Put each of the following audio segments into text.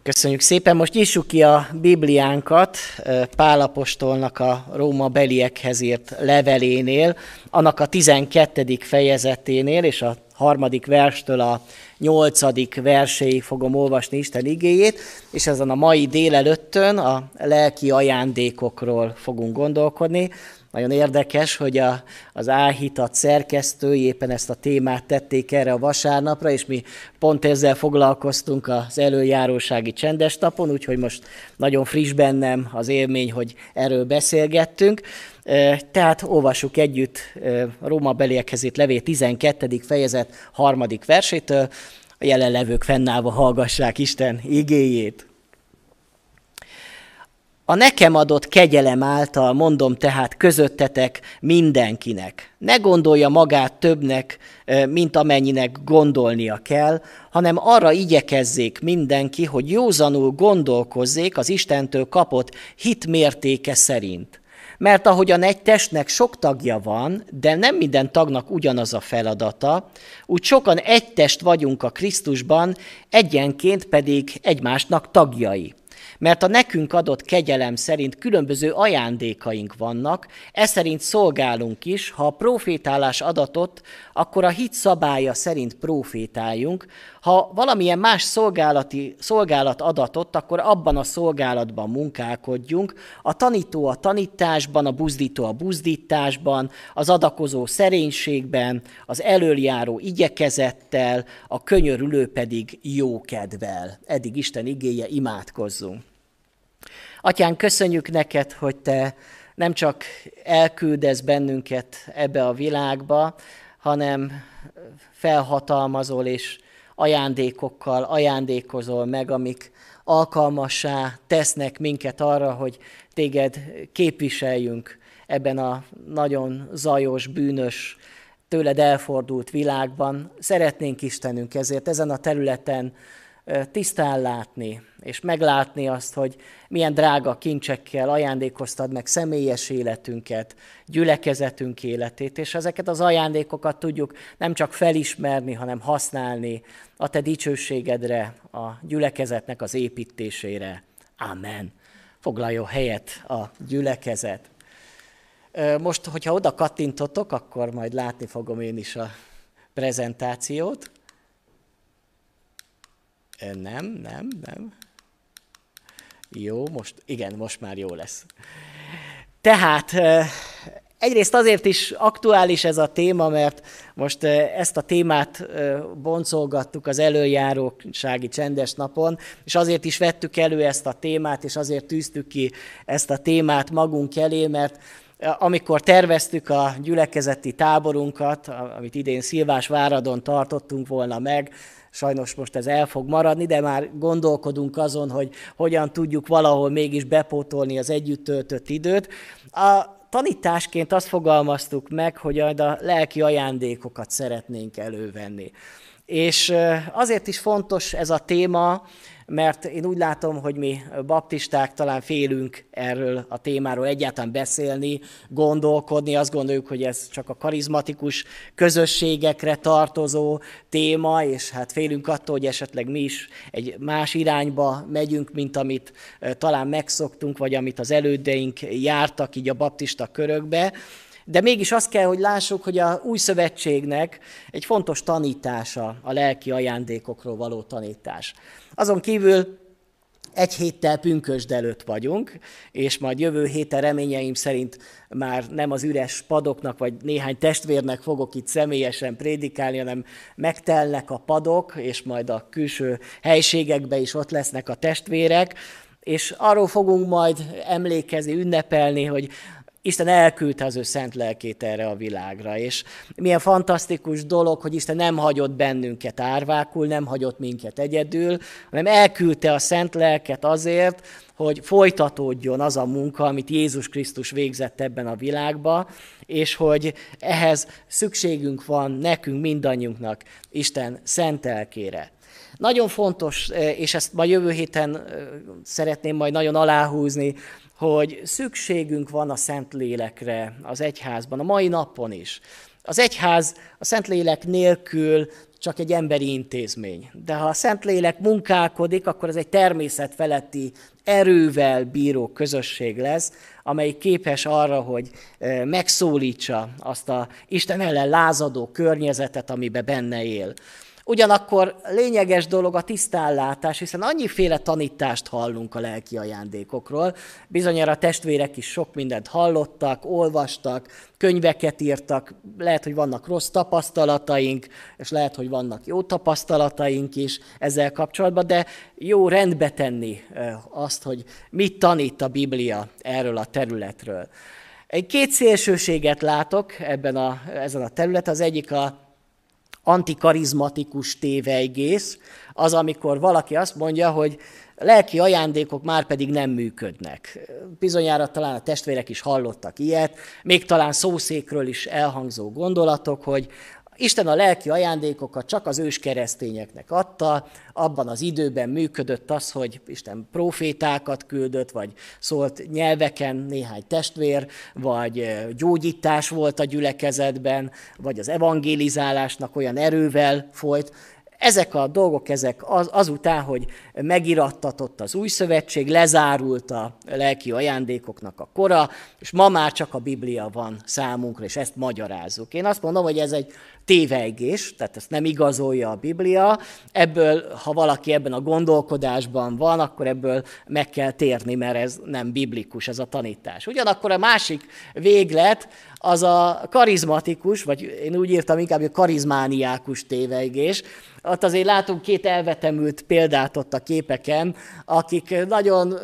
Köszönjük szépen, most nyissuk ki a Bibliánkat Pál apostolnak a Róma beliekhez írt levelénél, annak a 12. fejezeténél, és a 3. verstől a 8. verséig fogom olvasni Isten igéjét, és ezen a mai délelőttön a lelki ajándékokról fogunk gondolkodni. Nagyon érdekes, hogy az Áhítat szerkesztői éppen ezt a témát tették erre a vasárnapra, és mi pont ezzel foglalkoztunk az előjárósági csendes napon, úgyhogy most nagyon friss bennem az élmény, hogy erről beszélgettünk. Tehát olvassuk együtt a Róma beliekhez írt levél 12. fejezet 3. versétől, a jelenlevők fennállva hallgassák Isten igéjét. A nekem adott kegyelem által mondom tehát közöttetek mindenkinek. Ne gondolja magát többnek, mint amennyinek gondolnia kell, hanem arra igyekezzék mindenki, hogy józanul gondolkozzék az Istentől kapott hit mértéke szerint. Mert ahogyan egy testnek sok tagja van, de nem minden tagnak ugyanaz a feladata, úgy sokan egy test vagyunk a Krisztusban, egyenként pedig egymásnak tagjai. Mert a nekünk adott kegyelem szerint különböző ajándékaink vannak, ez szerint szolgálunk is, ha a profétálás adatot, akkor a hit szabálya szerint profétáljunk, ha valamilyen más szolgálat adatot, akkor abban a szolgálatban munkálkodjunk, a tanító a tanításban, a buzdító a buzdításban, az adakozó szerénységben, az elöljáró igyekezettel, a könyörülő pedig jókedvel. Eddig Isten igéje, imádkozzunk. Atyánk, köszönjük neked, hogy te nem csak elküldesz bennünket ebbe a világba, hanem felhatalmazol és ajándékokkal ajándékozol meg, amik alkalmassá tesznek minket arra, hogy téged képviseljünk ebben a nagyon zajos, bűnös, tőled elfordult világban. Szeretnénk Istenünk ezért ezen a területen tisztán látni, és meglátni azt, hogy milyen drága kincsekkel ajándékoztad meg személyes életünket, gyülekezetünk életét, és ezeket az ajándékokat tudjuk nem csak felismerni, hanem használni a te dicsőségedre, a gyülekezetnek az építésére. Amen. Foglaljon helyet a gyülekezet. Most, hogyha oda kattintotok, akkor majd látni fogom én is a prezentációt. Nem. Jó, most már jó lesz. Tehát egyrészt azért is aktuális ez a téma, mert most ezt a témát boncolgattuk az előjárósági csendes napon, és azért is vettük elő ezt a témát, és azért tűztük ki ezt a témát magunk elé, mert amikor terveztük a gyülekezeti táborunkat, amit idén Szilvásváradon tartottunk volna meg, sajnos most ez el fog maradni, de már gondolkodunk azon, hogy hogyan tudjuk valahol mégis bepótolni az együtt töltött időt. A tanításként azt fogalmaztuk meg, hogy a lelki ajándékokat szeretnénk elővenni. És azért is fontos ez a téma, mert én úgy látom, hogy mi baptisták talán félünk erről a témáról egyáltalán beszélni, gondolkodni. Azt gondoljuk, hogy ez csak a karizmatikus közösségekre tartozó téma, és hát félünk attól, hogy esetleg mi is egy más irányba megyünk, mint amit talán megszoktunk, vagy amit az elődeink jártak így a baptista körökbe. De mégis azt kell, hogy lássuk, hogy a új szövetségnek egy fontos tanítása a lelki ajándékokról való tanítás. Azon kívül egy héttel pünkösd előtt vagyunk, és majd jövő héten reményeim szerint már nem az üres padoknak, vagy néhány testvérnek fogok itt személyesen prédikálni, hanem megtelnek a padok, és majd a külső helységekben is ott lesznek a testvérek, és arról fogunk majd emlékezni, ünnepelni, hogy Isten elküldte az ő szent lelkét erre a világra, és milyen fantasztikus dolog, hogy Isten nem hagyott bennünket árvákul, nem hagyott minket egyedül, hanem elküldte a szent lelket azért, hogy folytatódjon az a munka, amit Jézus Krisztus végzett ebben a világba, és hogy ehhez szükségünk van nekünk mindannyiunknak Isten szent lelkére. Nagyon fontos, és ezt majd jövő héten szeretném majd nagyon aláhúzni, hogy szükségünk van a Szentlélekre az egyházban, a mai napon is. Az egyház a Szentlélek nélkül csak egy emberi intézmény. De ha a Szentlélek munkálkodik, akkor ez egy természetfeletti erővel bíró közösség lesz, amely képes arra, hogy megszólítsa azt a Isten ellen lázadó környezetet, amiben benne él. Ugyanakkor lényeges dolog a tisztállátás, hiszen annyiféle tanítást hallunk a lelki ajándékokról. Bizonyára a testvérek is sok mindent hallottak, olvastak, könyveket írtak, lehet, hogy vannak rossz tapasztalataink, és lehet, hogy vannak jó tapasztalataink is ezzel kapcsolatban, de jó rendbe tenni azt, hogy mit tanít a Biblia erről a területről. Két szélsőséget látok ezen a területen, az egyik a antikarizmatikus tévejgész, az, amikor valaki azt mondja, hogy lelki ajándékok már pedig nem működnek. Bizonyára talán a testvérek is hallottak ilyet, még talán szószékről is elhangzó gondolatok, hogy Isten a lelki ajándékokat csak az őskeresztényeknek adta, abban az időben működött az, hogy Isten profétákat küldött, vagy szólt nyelveken néhány testvér, vagy gyógyítás volt a gyülekezetben, vagy az evangélizálásnak olyan erővel folyt. Ezek a dolgok, azután, hogy megirattatott az új szövetség, lezárult a lelki ajándékoknak a kora, és ma már csak a Biblia van számunkra, és ezt magyarázzuk. Én azt mondom, hogy ez egy tévejgés, tehát ezt nem igazolja a Biblia. Ebből, ha valaki ebben a gondolkodásban van, akkor ebből meg kell térni, mert ez nem biblikus, ez a tanítás. Ugyanakkor a másik véglet, az a karizmatikus, vagy én úgy írtam inkább, hogy karizmániákus tévejgés. Ott azért látunk két elvetemült példát ott a képeken, akik nagyon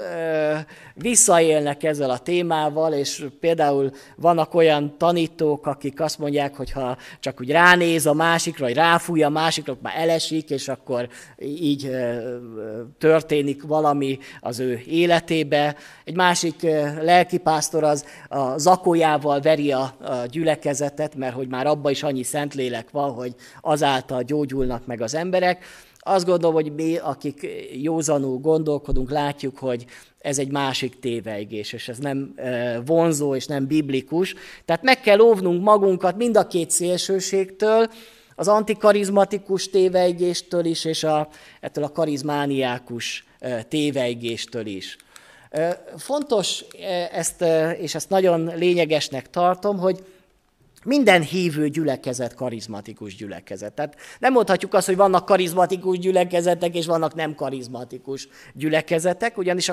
visszaélnek ezzel a témával, és például vannak olyan tanítók, akik azt mondják, hogy ha csak úgy ránéz a másikra, vagy ráfúj a másikra, már elesik, és akkor így történik valami az ő életébe. Egy másik lelkipásztor az a zakójával veri a gyülekezetet, mert hogy már abban is annyi szentlélek van, hogy azáltal gyógyulnak meg az emberek. Azt gondolom, hogy mi, akik józanul gondolkodunk, látjuk, hogy ez egy másik tévejgés, és ez nem vonzó és nem biblikus. Tehát meg kell óvnunk magunkat mind a két szélsőségtől, az antikarizmatikus tévejgéstől is, és ettől a karizmániákus tévejgéstől is. Fontos és ezt nagyon lényegesnek tartom, hogy minden hívő gyülekezet karizmatikus gyülekezet. Tehát nem mondhatjuk azt, hogy vannak karizmatikus gyülekezetek, és vannak nem karizmatikus gyülekezetek, ugyanis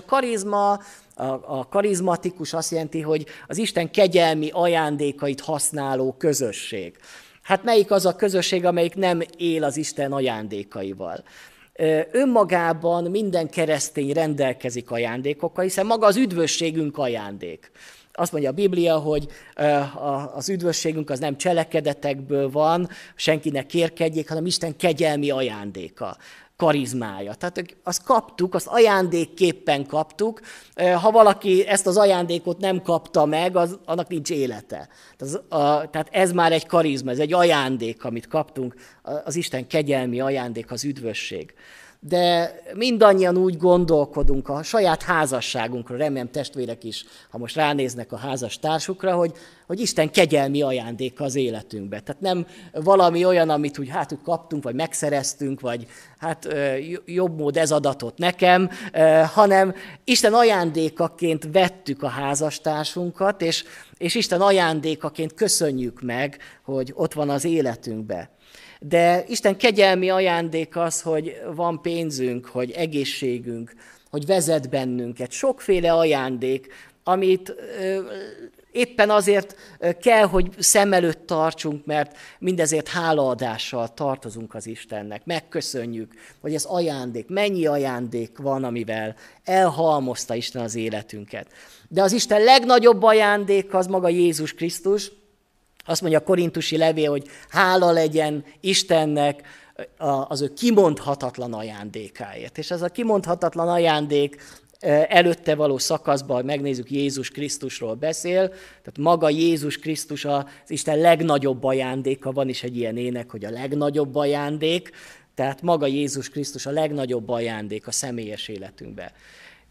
a karizmatikus azt jelenti, hogy az Isten kegyelmi ajándékait használó közösség. Hát melyik az a közösség, amelyik nem él az Isten ajándékaival? Önmagában minden keresztény rendelkezik ajándékokkal, hiszen maga az üdvösségünk ajándék. Azt mondja a Biblia, hogy az üdvösségünk az nem cselekedetekből van, senkinek kérkedjék, hanem Isten kegyelmi ajándéka, karizmája. Tehát azt kaptuk, azt ajándékképpen kaptuk. Ha valaki ezt az ajándékot nem kapta meg, annak nincs élete. Tehát ez már egy karizma, ez egy ajándék, amit kaptunk, az Isten kegyelmi ajándék, az üdvösség. De mindannyian úgy gondolkodunk a saját házasságunkra, remélem testvérek is, ha most ránéznek a házastársukra, hogy Isten kegyelmi ajándéka az életünkbe. Tehát nem valami olyan, amit úgy kaptunk, vagy megszereztünk, vagy jobb mód ez adatot nekem, hanem Isten ajándékaként vettük a házastársunkat, és Isten ajándékaként köszönjük meg, hogy ott van az életünkbe. De Isten kegyelmi ajándék az, hogy van pénzünk, hogy egészségünk, hogy vezet bennünket. Sokféle ajándék, amit éppen azért kell, hogy szem előtt tartsunk, mert mindezért hálaadással tartozunk az Istennek. Megköszönjük, hogy ez ajándék, mennyi ajándék van, amivel elhalmozta Isten az életünket. De az Isten legnagyobb ajándék az maga Jézus Krisztus. Azt mondja a korintusi levél, hogy hála legyen Istennek az ő kimondhatatlan ajándékáért. És ez a kimondhatatlan ajándék előtte való szakaszban, megnézzük, Jézus Krisztusról beszél, tehát maga Jézus Krisztus az Isten legnagyobb ajándéka, van is egy ilyen ének, hogy a legnagyobb ajándék, tehát maga Jézus Krisztus a legnagyobb ajándék a személyes életünkben.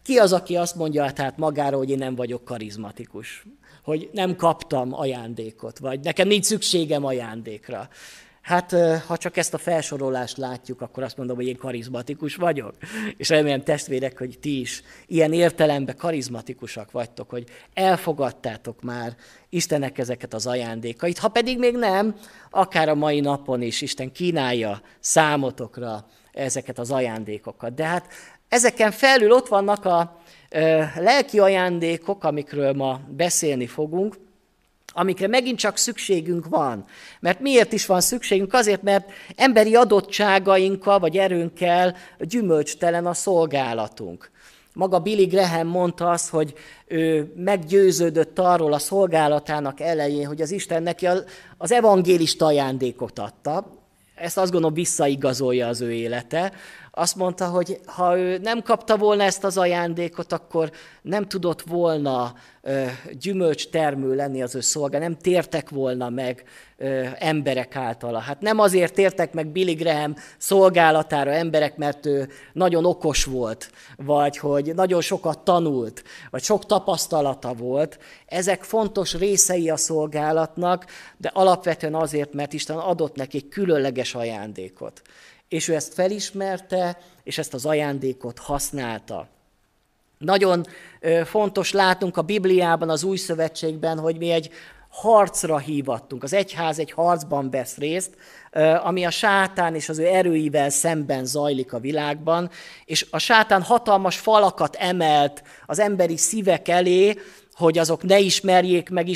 Ki az, aki azt mondja tehát magáról, hogy én nem vagyok karizmatikus, hogy nem kaptam ajándékot, vagy nekem nincs szükségem ajándékra? Hát, ha csak ezt a felsorolást látjuk, akkor azt mondom, hogy én karizmatikus vagyok. És remélem, testvérek, hogy ti is ilyen értelemben karizmatikusak vagytok, hogy elfogadtátok már Istennek ezeket az ajándékait. Ha pedig még nem, akár a mai napon is Isten kínálja számotokra ezeket az ajándékokat. De hát ezeken felül ott vannak a lelki ajándékok, amikről ma beszélni fogunk, amikre megint csak szükségünk van. Mert miért is van szükségünk? Azért, mert emberi adottságainkkal vagy erőnkkel gyümölcstelen a szolgálatunk. Maga Billy Graham mondta azt, hogy ő meggyőződött arról a szolgálatának elején, hogy az Isten neki az evangélista ajándékot adta. Ezt azt gondolom visszaigazolja az ő élete. Azt mondta, hogy ha ő nem kapta volna ezt az ajándékot, akkor nem tudott volna gyümölcstermő lenni az ő szolgál, nem tértek volna meg emberek általa. Hát nem azért tértek meg Billy Graham szolgálatára emberek, mert ő nagyon okos volt, vagy hogy nagyon sokat tanult, vagy sok tapasztalata volt. Ezek fontos részei a szolgálatnak, de alapvetően azért, mert Isten adott neki egy különleges ajándékot. És ő ezt felismerte, és ezt az ajándékot használta. Nagyon fontos látnunk a Bibliában, az Új Szövetségben, hogy mi egy harcra hívattunk. Az egyház egy harcban vesz részt, ami a sátán és az ő erőivel szemben zajlik a világban, és a sátán hatalmas falakat emelt az emberi szívek elé, hogy azok ne ismerjék meg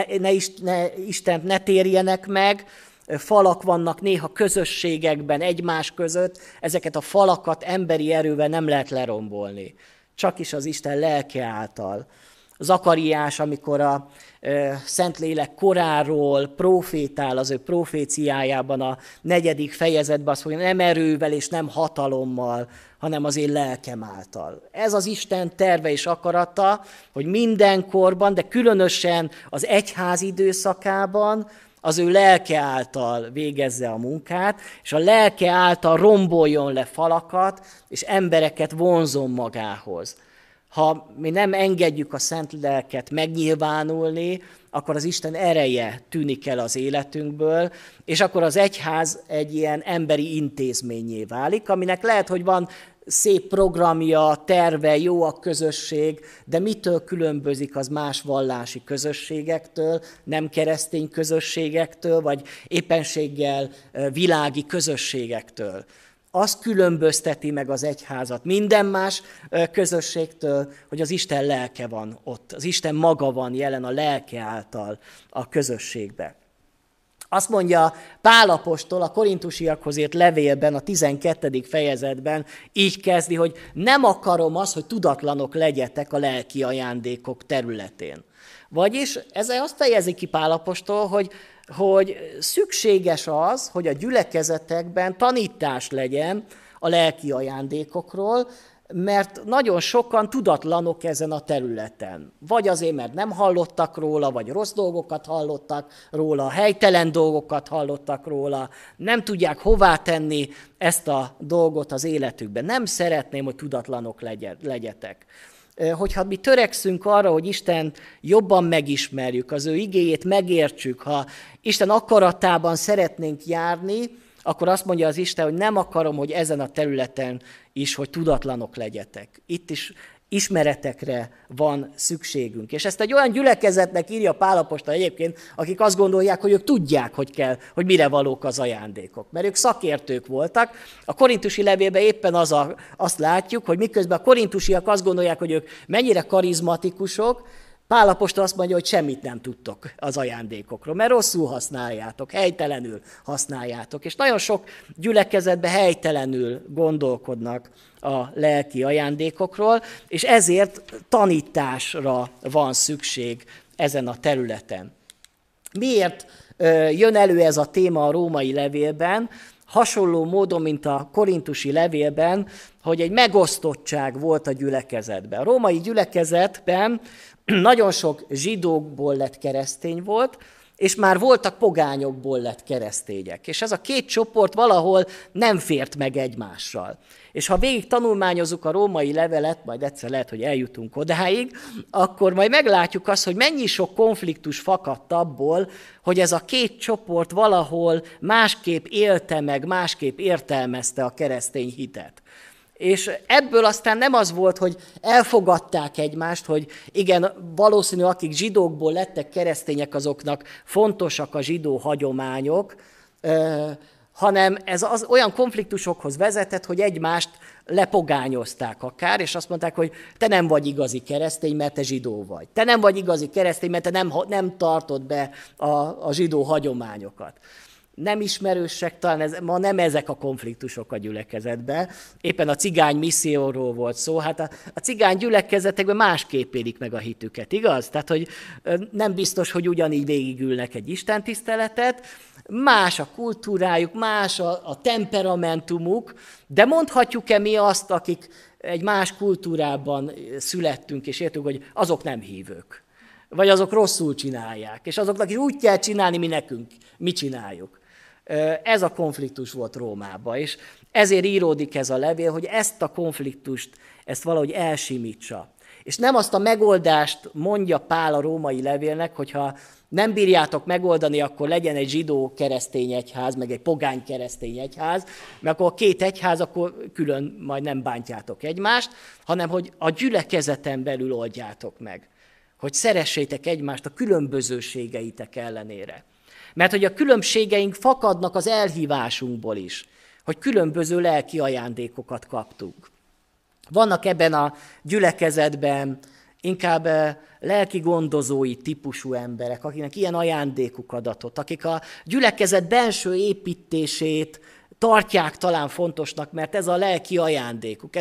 Istent, ne térjenek meg. Falak vannak néha közösségekben, egymás között, ezeket a falakat emberi erővel nem lehet lerombolni. Csak is az Isten lelke által. Zakariás, amikor a Szentlélek koráról profétál, az ő proféciájában a 4. fejezetben azt mondja, nem erővel és nem hatalommal, hanem az én lelkem által. Ez az Isten terve és akarata, hogy mindenkorban, de különösen az egyház időszakában az ő lelke által végezze a munkát, és a lelke által romboljon le falakat, és embereket vonzon magához. Ha mi nem engedjük a szent lelket megnyilvánulni, akkor az Isten ereje tűnik el az életünkből, és akkor az egyház egy ilyen emberi intézménnyé válik, aminek lehet, hogy van szép programja, terve, jó a közösség, de mitől különbözik az más vallási közösségektől, nem keresztény közösségektől, vagy éppenséggel világi közösségektől? Az különbözteti meg az egyházat minden más közösségtől, hogy az Isten lelke van ott, az Isten maga van jelen a lelke által a közösségbe. Azt mondja Pál apostol a korintusiakhoz írt levélben, a 12. fejezetben, így kezdi, hogy nem akarom azt, hogy tudatlanok legyetek a lelki ajándékok területén. Vagyis ezzel azt fejezi ki Pál apostol, hogy szükséges az, hogy a gyülekezetekben tanítás legyen a lelki ajándékokról, mert nagyon sokan tudatlanok ezen a területen. Vagy azért, mert nem hallottak róla, vagy rossz dolgokat hallottak róla, helytelen dolgokat hallottak róla, nem tudják hová tenni ezt a dolgot az életükben. Nem szeretném, hogy tudatlanok legyetek. Hogyha mi törekszünk arra, hogy Isten jobban megismerjük, az ő igéjét megértsük, ha Isten akaratában szeretnénk járni, akkor azt mondja az Isten, hogy nem akarom, hogy ezen a területen is, hogy tudatlanok legyetek. Itt is ismeretekre van szükségünk. És ezt egy olyan gyülekezetnek írja Pál apostol egyébként, akik azt gondolják, hogy ők tudják, hogy mire valók az ajándékok. Mert ők szakértők voltak. A korintusi levélben éppen azt látjuk, hogy miközben a korintusiak azt gondolják, hogy ők mennyire karizmatikusok, Pál apostol azt mondja, hogy semmit nem tudtok az ajándékokról, mert rosszul használjátok, helytelenül használjátok. És nagyon sok gyülekezetben helytelenül gondolkodnak a lelki ajándékokról, és ezért tanításra van szükség ezen a területen. Miért jön elő ez a téma a római levélben? Hasonló módon, mint a korintusi levélben, hogy egy megosztottság volt a gyülekezetben. A római gyülekezetben nagyon sok zsidókból lett keresztény volt, és már voltak pogányokból lett keresztények. És ez a két csoport valahol nem fért meg egymással. És ha végig tanulmányozzuk a római levelet, majd egyszer lehet, hogy eljutunk odáig, akkor majd meglátjuk azt, hogy mennyi sok konfliktus fakadt abból, hogy ez a két csoport valahol másképp élte meg, másképp értelmezte a keresztény hitet. És ebből aztán nem az volt, hogy elfogadták egymást, hogy igen, valószínű, akik zsidókból lettek keresztények, azoknak fontosak a zsidó hagyományok, hanem ez olyan konfliktusokhoz vezetett, hogy egymást lepogányozták akár, és azt mondták, hogy te nem vagy igazi keresztény, mert te zsidó vagy. Te nem vagy igazi keresztény, mert te nem tartod be a zsidó hagyományokat. Nem ismerősek, talán ma nem ezek a konfliktusok a gyülekezetben. Éppen a cigány misszióról volt szó. Hát a cigány gyülekezetekben másképp élik meg a hitüket, igaz? Tehát, hogy nem biztos, hogy ugyanígy végigülnek egy istentiszteletet, más a kultúrájuk, más a temperamentumuk, de mondhatjuk-e mi azt, akik egy más kultúrában születtünk, és értünk, hogy azok nem hívők, vagy azok rosszul csinálják, és azoknak is úgy kell csinálni, mi csináljuk. Ez a konfliktus volt Rómában, és ezért íródik ez a levél, hogy ezt a konfliktust, ezt valahogy elsimítsa. És nem azt a megoldást mondja Pál a római levélnek, hogyha nem bírjátok megoldani, akkor legyen egy zsidó keresztény egyház, meg egy pogány keresztény egyház, mert akkor a két egyház, akkor külön majd nem bántjátok egymást, hanem hogy a gyülekezeten belül oldjátok meg. Hogy szeressétek egymást a különbözőségeitek ellenére. Mert hogy a különbségeink fakadnak az elhívásunkból is, hogy különböző lelki ajándékokat kaptunk. Vannak ebben a gyülekezetben inkább lelki gondozói típusú emberek, akiknek ilyen ajándékuk adatot, akik a gyülekezet belső építését tartják talán fontosnak, mert ez a lelki ajándékuk,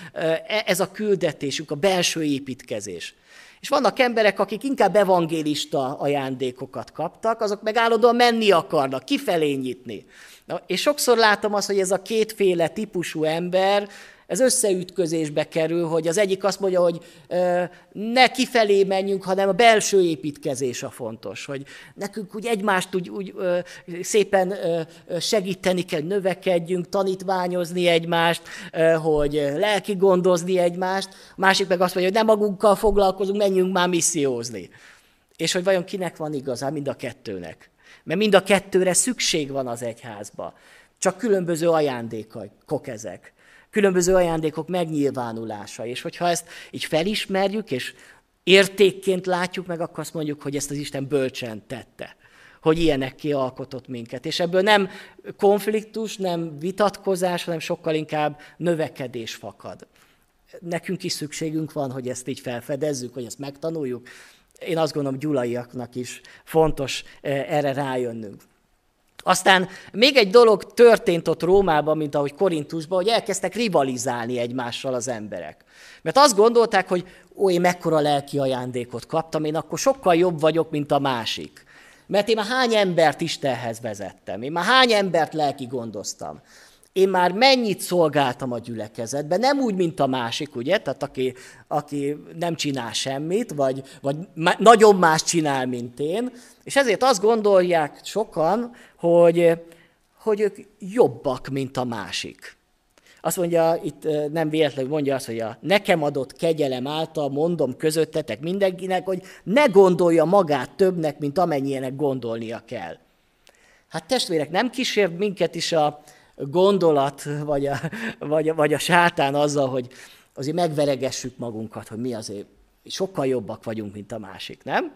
ez a küldetésük, a belső építkezés. És vannak emberek, akik inkább evangélista ajándékokat kaptak, azok meg állandóan menni akarnak, kifelé nyitni. És sokszor látom azt, hogy ez a kétféle típusú ember, ez összeütközésbe kerül, hogy az egyik azt mondja, hogy ne kifelé menjünk, hanem a belső építkezés a fontos, hogy nekünk úgy egymást úgy szépen segíteni kell, növekedjünk, tanítványozni egymást, hogy lelki gondozni egymást, a másik meg azt mondja, hogy nem magunkkal foglalkozunk, menjünk már missziózni. És hogy vajon kinek van igaza? Mind a kettőnek. Mert mind a kettőre szükség van az egyházba. Csak különböző ajándékok ezek. Különböző ajándékok megnyilvánulása, és hogyha ezt így felismerjük, és értékként látjuk meg, akkor azt mondjuk, hogy ezt az Isten bölcsen tette, hogy ilyenekké alkotott minket. És ebből nem konfliktus, nem vitatkozás, hanem sokkal inkább növekedés fakad. Nekünk is szükségünk van, hogy ezt így felfedezzük, hogy ezt megtanuljuk. Én azt gondolom, gyulaiaknak is fontos erre rájönnünk. Aztán még egy dolog történt ott Rómában, mint ahogy Korintusban, hogy elkezdtek rivalizálni egymással az emberek. Mert azt gondolták, hogy én mekkora lelki ajándékot kaptam, én akkor sokkal jobb vagyok, mint a másik. Mert én már hány embert Istenhez vezettem, én már hány embert lelki gondoztam. Én már mennyit szolgáltam a gyülekezetben, nem úgy, mint a másik, ugye? Tehát aki nem csinál semmit, vagy nagyon más csinál, mint én. És ezért azt gondolják sokan, hogy ők jobbak, mint a másik. Azt mondja, itt nem véletlenül mondja azt, hogy a nekem adott kegyelem által mondom közöttetek mindenkinek, hogy ne gondolja magát többnek, mint amennyienek gondolnia kell. Hát testvérek, nem kísért minket is a gondolat, vagy a sátán azzal, hogy azért megveregessük magunkat, hogy mi azért sokkal jobbak vagyunk, mint a másik, nem?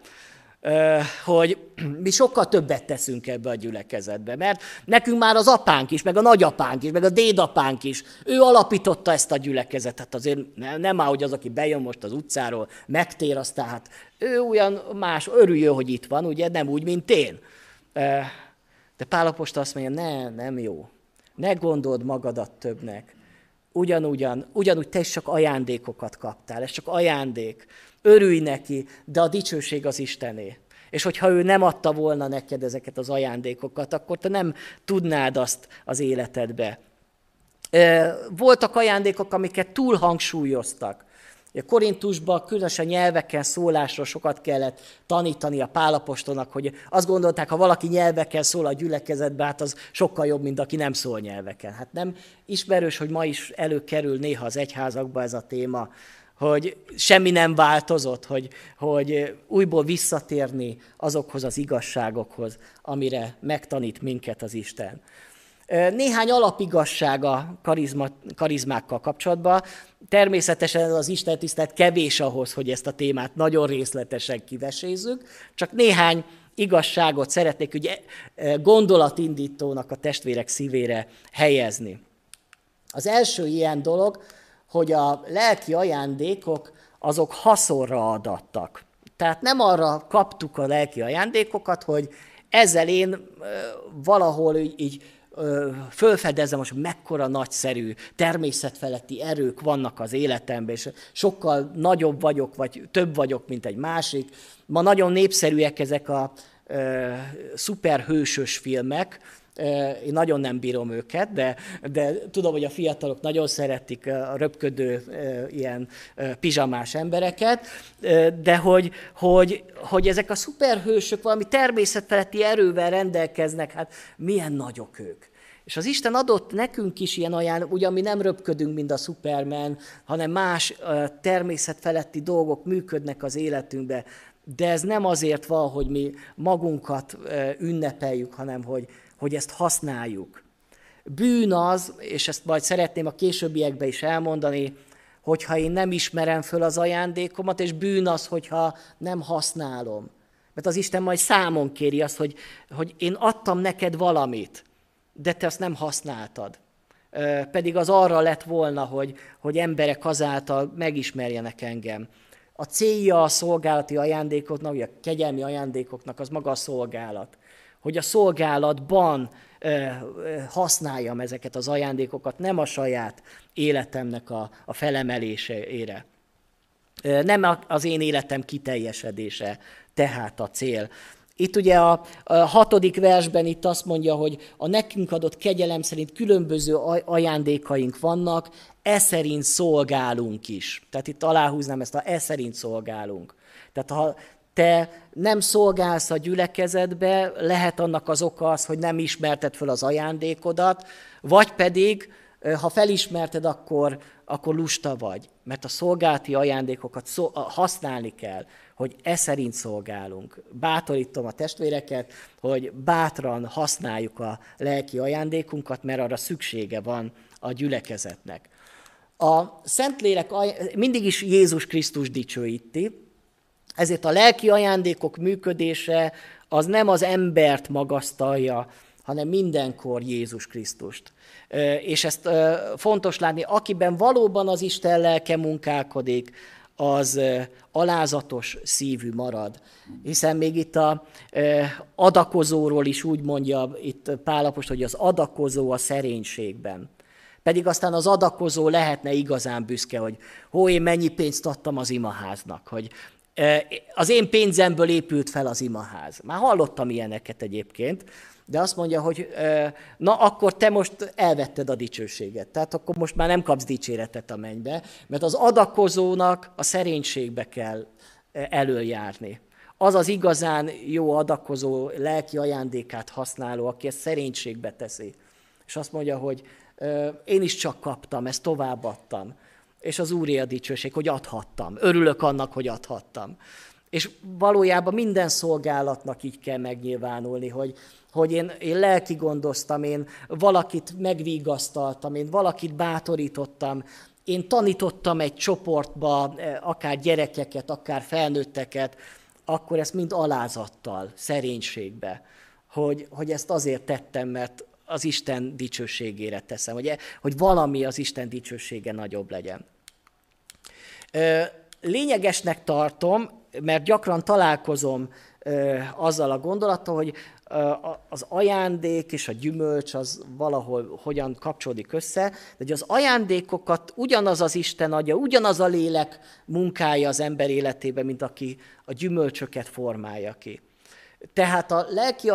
Hogy mi sokkal többet teszünk ebbe a gyülekezetbe, mert nekünk már az apánk is, meg a nagyapánk is, meg a dédapánk is, ő alapította ezt a gyülekezetet, azért nem áll, hogy az, aki bejön most az utcáról, megtér, aztán hát ő olyan más, örüljön, hogy itt van, ugye, nem úgy, mint én. De Pál apostol azt mondja, nem jó. Ne gondold magadat többnek. Ugyanúgy te is csak ajándékokat kaptál, ez csak ajándék. Örülj neki, de a dicsőség az Istené. És hogyha ő nem adta volna neked ezeket az ajándékokat, akkor te nem tudnád azt az életedbe. Voltak ajándékok, amiket túl hangsúlyoztak. Korintusban különösen nyelveken szólásról sokat kellett tanítani a Pál apostolnak, hogy azt gondolták, ha valaki nyelveken szól a gyülekezetben, hát az sokkal jobb, mint aki nem szól nyelveken. Hát nem ismerős, hogy ma is előkerül néha az egyházakba ez a téma, hogy semmi nem változott, hogy újból visszatérni azokhoz az igazságokhoz, amire megtanít minket az Isten. Néhány alapigasság a karizmákkal kapcsolatban. Természetesen az istentisztelet kevés ahhoz, hogy ezt a témát nagyon részletesen kivesézzük, csak néhány igazságot szeretnék ugye gondolatindítónak a testvérek szívére helyezni. Az első ilyen dolog, hogy a lelki ajándékok azok haszonra adattak. Tehát nem arra kaptuk a lelki ajándékokat, hogy ezzel én valahol így fölfedezem, hogy mekkora nagyszerű, természetfeletti erők vannak az életemben, és sokkal nagyobb vagyok, vagy több vagyok, mint egy másik. Ma nagyon népszerűek ezek a szuperhősös filmek, én nagyon nem bírom őket, de tudom, hogy a fiatalok nagyon szeretik a röpködő ilyen pizsamás embereket, de hogy ezek a szuperhősök valami természetfeletti erővel rendelkeznek, hát milyen nagyok ők. És az Isten adott nekünk is ilyen ugyan mi nem röpködünk, mint a Superman, hanem más természetfeletti dolgok működnek az életünkbe, de ez nem azért van, hogy mi magunkat ünnepeljük, hanem hogy ezt használjuk. Bűn az, és ezt majd szeretném a későbbiekben is elmondani, hogyha én nem ismerem föl az ajándékomat, és bűn az, hogyha nem használom. Mert az Isten majd számon kéri azt, hogy én adtam neked valamit, de te azt nem használtad. Pedig az arra lett volna, hogy emberek azáltal megismerjenek engem. A célja a szolgálati ajándékoknak, vagy a kegyelmi ajándékoknak az maga a szolgálat. Hogy a szolgálatban használjam ezeket az ajándékokat, nem a saját életemnek a felemelésére. Nem az én életem kiteljesedése tehát a cél. Itt ugye a 6. versben itt azt mondja, hogy a nekünk adott kegyelem szerint különböző ajándékaink vannak, szerint szolgálunk is. Tehát itt aláhúznám ezt szerint szolgálunk. Tehát ha te nem szolgálsz a gyülekezetbe, lehet annak az oka az, hogy nem ismerted föl az ajándékodat, vagy pedig, ha felismerted, akkor lusta vagy. Mert a szolgálati ajándékokat használni kell, hogy szerint szolgálunk. Bátorítom a testvéreket, hogy bátran használjuk a lelki ajándékunkat, mert arra szüksége van a gyülekezetnek. A Szentlélek mindig is Jézus Krisztus dicsőíti, ezért a lelki ajándékok működése az nem az embert magasztalja, hanem mindenkor Jézus Krisztust. És ezt fontos látni, akiben valóban az Isten lelke munkálkodik, az alázatos szívű marad. Hiszen még itt az adakozóról is úgy mondja itt Pál apostol, hogy az adakozó a szerénységben. Pedig aztán az adakozó lehetne igazán büszke, hogy én mennyi pénzt adtam az imaháznak, hogy az én pénzemből épült fel az imaház. Már hallottam ilyeneket egyébként, de azt mondja, hogy na akkor te most elvetted a dicsőséget. Tehát akkor most már nem kapsz dicséretet a mennybe, mert az adakozónak a szerénységbe kell előjárni. Az az igazán jó adakozó, lelki ajándékát használó, aki ezt szerénységbe teszi. És azt mondja, hogy én is csak kaptam, ezt továbbadtam. És az Úré a dicsőség, hogy adhattam. Örülök annak, hogy adhattam. És valójában minden szolgálatnak így kell megnyilvánulni, hogy én lelki gondoztam, én valakit megvigasztaltam, én valakit bátorítottam, én tanítottam egy csoportba, akár gyerekeket, akár felnőtteket, akkor ezt mind alázattal, szerénységbe, hogy ezt azért tettem, mert az Isten dicsőségére teszem, hogy valami az Isten dicsősége nagyobb legyen. Lényegesnek tartom, mert gyakran találkozom azzal a gondolattal, hogy az ajándék és a gyümölcs az valahol hogyan kapcsolódik össze, de hogy az ajándékokat ugyanaz az Isten adja, ugyanaz a lélek munkálja az ember életében, mint aki a gyümölcsöket formálja ki. Tehát a lelki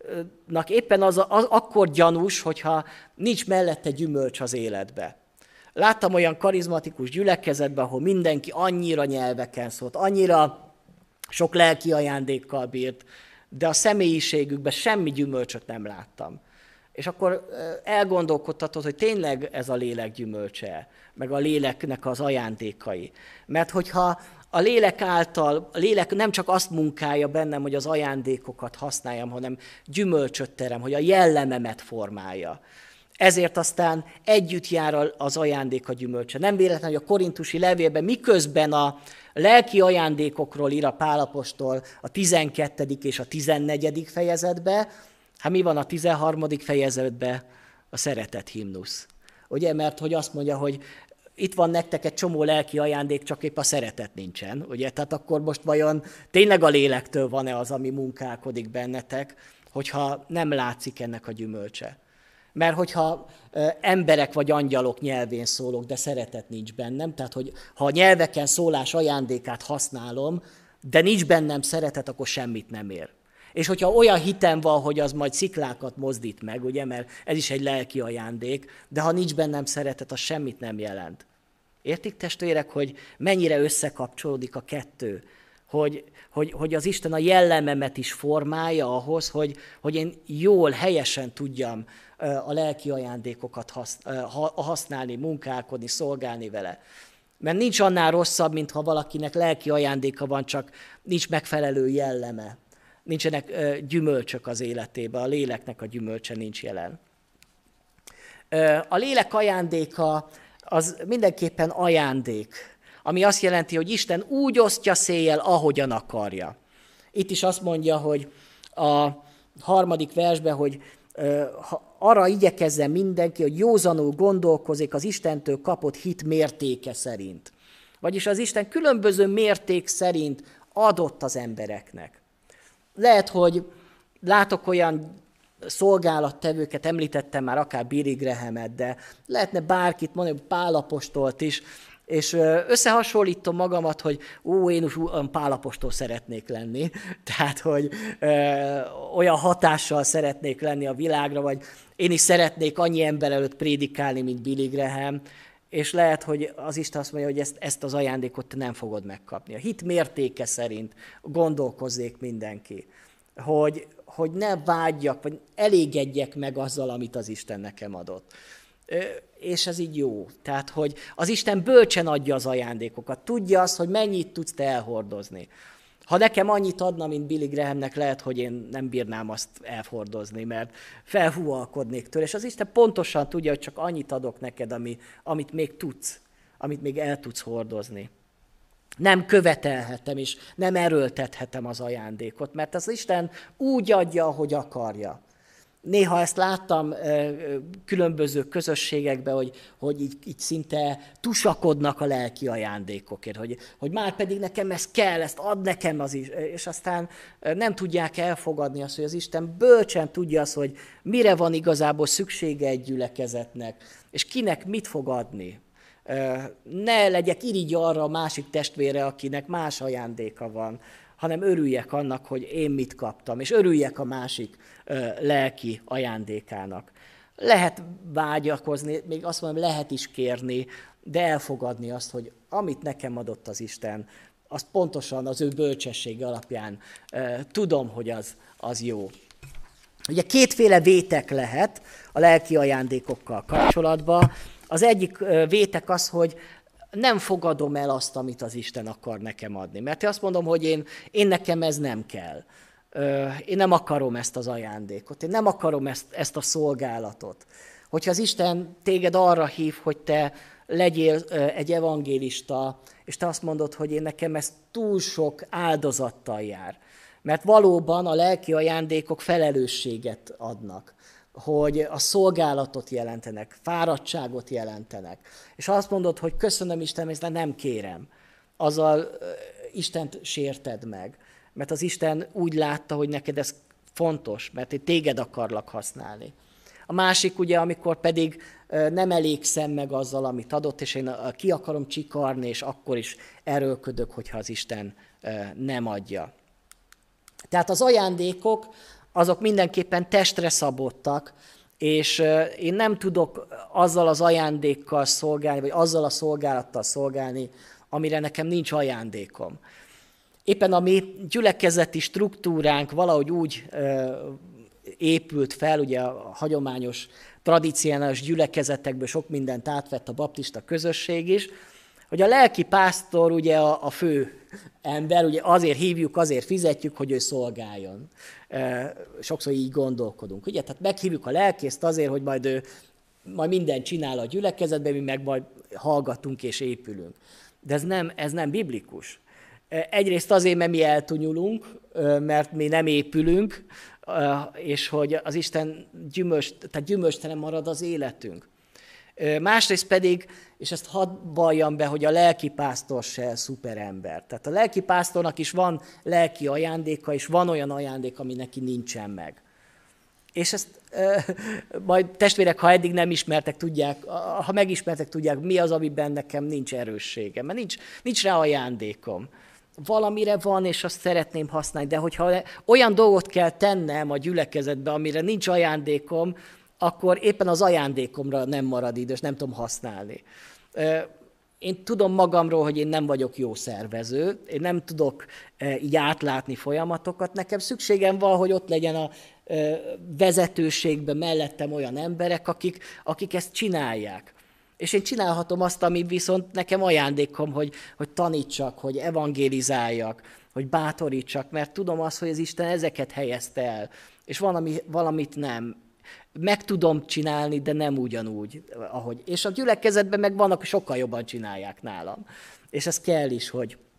ajándékoknak éppen az akkor gyanús, hogyha nincs mellette gyümölcs az életbe. Láttam olyan karizmatikus gyülekezetben, ahol mindenki annyira nyelveken szólt, annyira sok lelki ajándékkal bírt, de a személyiségükben semmi gyümölcsöt nem láttam. És akkor elgondolkodtatod, hogy tényleg ez a lélek gyümölcse, meg a léleknek az ajándékai. Mert hogyha a lélek által, a lélek nem csak azt munkálja bennem, hogy az ajándékokat használjam, hanem gyümölcsöt terem, hogy a jellememet formálja. Ezért aztán együtt jár az ajándék a gyümölcse. Nem véletlen, hogy a korintusi levélben miközben a lelki ajándékokról ír a Pál apostol a 12. és a 14. fejezetben, hát mi van a 13. fejezetben? A szeretet himnusz. Ugye, mert hogy azt mondja, hogy itt van nektek egy csomó lelki ajándék, csak épp a szeretet nincsen. Ugye? Tehát akkor most vajon tényleg a lélektől van-e az, ami munkálkodik bennetek, hogyha nem látszik ennek a gyümölcse. Mert hogyha emberek vagy angyalok nyelvén szólok, de szeretet nincs bennem, tehát hogy ha a nyelveken szólás ajándékát használom, de nincs bennem szeretet, akkor semmit nem ér. És hogyha olyan hitem van, hogy az majd sziklákat mozdít meg, ugye, mert ez is egy lelki ajándék, de ha nincs bennem szeretet, az semmit nem jelent. Értik, testvérek, hogy mennyire összekapcsolódik a kettő? Hogy az Isten a jellememet is formálja ahhoz, hogy én jól, helyesen tudjam a lelki ajándékokat használni, munkálkodni, szolgálni vele. Mert nincs annál rosszabb, mintha valakinek lelki ajándéka van, csak nincs megfelelő jelleme. Nincsenek gyümölcsök az életében, a léleknek a gyümölcse nincs jelen. A lélek ajándéka az mindenképpen ajándék, ami azt jelenti, hogy Isten úgy osztja széjjel, ahogyan akarja. Itt is azt mondja, hogy a 3. versben, hogy arra igyekezzen mindenki, hogy józanul gondolkozik az Istentől kapott hit mértéke szerint. Vagyis az Isten különböző mérték szerint adott az embereknek. Lehet, hogy látok olyan szolgálattevőket, említettem már akár Billy Grahamet, de lehetne bárkit mondani, Pál apostolt is, és összehasonlítom magamat, hogy én is Pál apostol szeretnék lenni, tehát, hogy olyan hatással szeretnék lenni a világra, vagy én is szeretnék annyi ember előtt prédikálni, mint Billy Graham, és lehet, hogy az Isten azt mondja, hogy ezt az ajándékot te nem fogod megkapni. A hit mértéke szerint gondolkozzék mindenki, hogy ne vágyjak, vagy elégedjek meg azzal, amit az Isten nekem adott. És ez így jó. Tehát, hogy az Isten bölcsen adja az ajándékokat. Tudja azt, hogy mennyit tudsz te elhordozni. Ha nekem annyit adna, mint Billy Grahamnek, lehet, hogy én nem bírnám azt elhordozni, mert felhúvalkodnék tőle. És az Isten pontosan tudja, hogy csak annyit adok neked, amit még tudsz, amit még el tudsz hordozni. Nem követelhetem, és nem erőltethetem az ajándékot, mert az Isten úgy adja, ahogy akarja. Néha ezt láttam különböző közösségekben, hogy így szinte tusakodnak a lelki ajándékokért, hogy már pedig nekem ez kell, ezt ad nekem az is, és aztán nem tudják elfogadni azt, hogy az Isten bölcsen tudja azt, hogy mire van igazából szüksége egy gyülekezetnek, és kinek mit fog adni. Ne legyek irigy arra a másik testvére, akinek más ajándéka van, hanem örüljek annak, hogy én mit kaptam, és örüljek a másik lelki ajándékának. Lehet vágyakozni, még azt mondom, lehet is kérni, de elfogadni azt, hogy amit nekem adott az Isten, azt pontosan az ő bölcsessége alapján tudom, hogy az jó. Ugye kétféle vétek lehet a lelki ajándékokkal kapcsolatban. Az egyik vétek az, hogy nem fogadom el azt, amit az Isten akar nekem adni. Mert azt mondom, hogy én nekem ez nem kell. Én nem akarom ezt az ajándékot. Én nem akarom ezt a szolgálatot. Hogyha az Isten téged arra hív, hogy te legyél egy evangélista, és te azt mondod, hogy én nekem ez túl sok áldozattal jár. Mert valóban a lelki ajándékok felelősséget adnak, hogy a szolgálatot jelentenek, fáradtságot jelentenek. És ha azt mondod, hogy köszönöm Isten, ezt nem kérem, azzal Istent sérted meg. Mert az Isten úgy látta, hogy neked ez fontos, mert én téged akarlak használni. A másik ugye, amikor pedig nem elégszem meg azzal, amit adott, és én ki akarom csikarni, és akkor is erőlködök, hogyha az Isten nem adja. Tehát az ajándékok, azok mindenképpen testre szabottak, És én nem tudok azzal az ajándékkal szolgálni, vagy azzal a szolgálattal szolgálni, amire nekem nincs ajándékom. Éppen a mi gyülekezeti struktúránk valahogy úgy épült fel, ugye a hagyományos, tradicionális gyülekezetekből sok mindent átvett a baptista közösség is, hogy a lelki pásztor ugye a fő ember, ugye azért hívjuk, azért fizetjük, hogy ő szolgáljon. Sokszor így gondolkodunk. Ugye? Tehát meghívjuk a lelkészt azért, hogy majd ő mindent csinál a gyülekezetben, mi meg majd hallgatunk és épülünk. De ez nem biblikus. Egyrészt azért, mert mi eltunyulunk, mert mi nem épülünk, és hogy az Isten gyümölcstelen marad az életünk. Másrészt pedig, és ezt hadd valljam be, hogy a lelkipásztor se szuperember. Tehát a lelkipásztornak is van lelki ajándéka, és van olyan ajándék, ami neki nincsen meg. És ezt majd testvérek, ha eddig nem ismertek, tudják, ha megismertek, tudják, mi az, amiben nekem nincs erősségem, mert nincs rá ajándékom. Valamire van, és azt szeretném használni, de hogyha olyan dolgot kell tennem a gyülekezetbe, amire nincs ajándékom, akkor éppen az ajándékomra nem marad idő, és nem tudom használni. Én tudom magamról, hogy én nem vagyok jó szervező, én nem tudok így átlátni folyamatokat. Nekem szükségem van, hogy ott legyen a vezetőségben mellettem olyan emberek, akik ezt csinálják. És én csinálhatom azt, ami viszont nekem ajándékom, hogy tanítsak, hogy evangélizáljak, hogy bátorítsak, mert tudom azt, hogy az Isten ezeket helyezte el, és valamit nem. Meg tudom csinálni, de nem ugyanúgy, ahogy. És a gyülekezetben meg vannak, sokkal jobban csinálják nálam. És ez kell is,